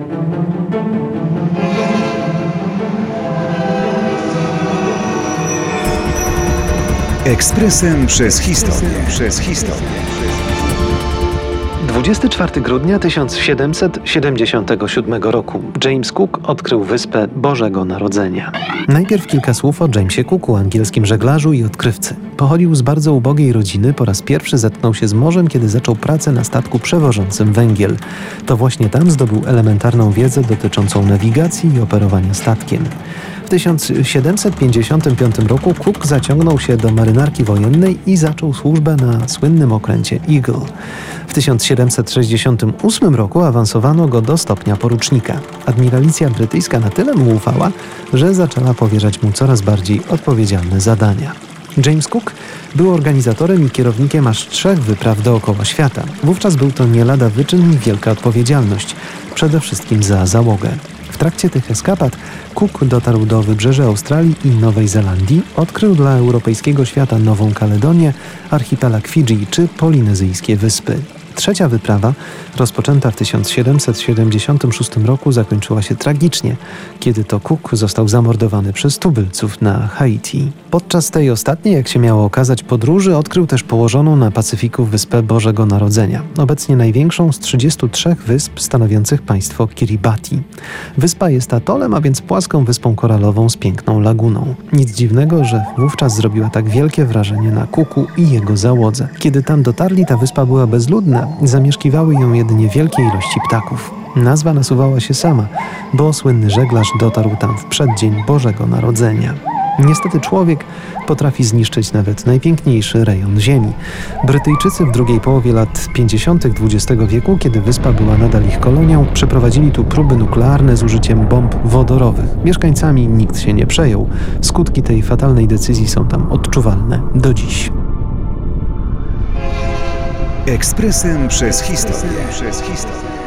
Ekspresem przez historię. 24 grudnia 1777 roku James Cook odkrył wyspę Bożego Narodzenia. Najpierw kilka słów o Jamesie Cooku, angielskim żeglarzu i odkrywcy. Pochodził z bardzo ubogiej rodziny, po raz pierwszy zetknął się z morzem, kiedy zaczął pracę na statku przewożącym węgiel. To właśnie tam zdobył elementarną wiedzę dotyczącą nawigacji i operowania statkiem. W 1755 roku Cook zaciągnął się do marynarki wojennej i zaczął służbę na słynnym okręcie Eagle. W 1768 roku awansowano go do stopnia porucznika. Admiralicja brytyjska na tyle mu ufała, że zaczęła powierzać mu coraz bardziej odpowiedzialne zadania. James Cook był organizatorem i kierownikiem aż 3 wypraw dookoła świata. Wówczas był to nie lada wyczyn i wielka odpowiedzialność, przede wszystkim za załogę. W trakcie tych eskapad Cook dotarł do wybrzeży Australii i Nowej Zelandii, odkrył dla europejskiego świata Nową Kaledonię, archipelag Fidżi czy polinezyjskie wyspy. Trzecia wyprawa, rozpoczęta w 1776 roku, zakończyła się tragicznie, kiedy to Cook został zamordowany przez tubylców na Haiti. Podczas tej ostatniej, jak się miało okazać, podróży odkrył też położoną na Pacyfiku wyspę Bożego Narodzenia, obecnie największą z 33 wysp stanowiących państwo Kiribati. Wyspa jest atolem, a więc płaską wyspą koralową z piękną laguną. Nic dziwnego, że wówczas zrobiła tak wielkie wrażenie na Cooku i jego załodze. Kiedy tam dotarli, ta wyspa była bezludna, zamieszkiwały ją jedynie wielkie ilości ptaków. Nazwa nasuwała się sama, bo słynny żeglarz dotarł tam w przeddzień Bożego Narodzenia. Niestety człowiek potrafi zniszczyć nawet najpiękniejszy rejon ziemi. Brytyjczycy w drugiej połowie lat 50. XX wieku, kiedy wyspa była nadal ich kolonią, przeprowadzili tu próby nuklearne z użyciem bomb wodorowych. Mieszkańcami nikt się nie przejął. Skutki tej fatalnej decyzji są tam odczuwalne do dziś. Ekspresem przez historię.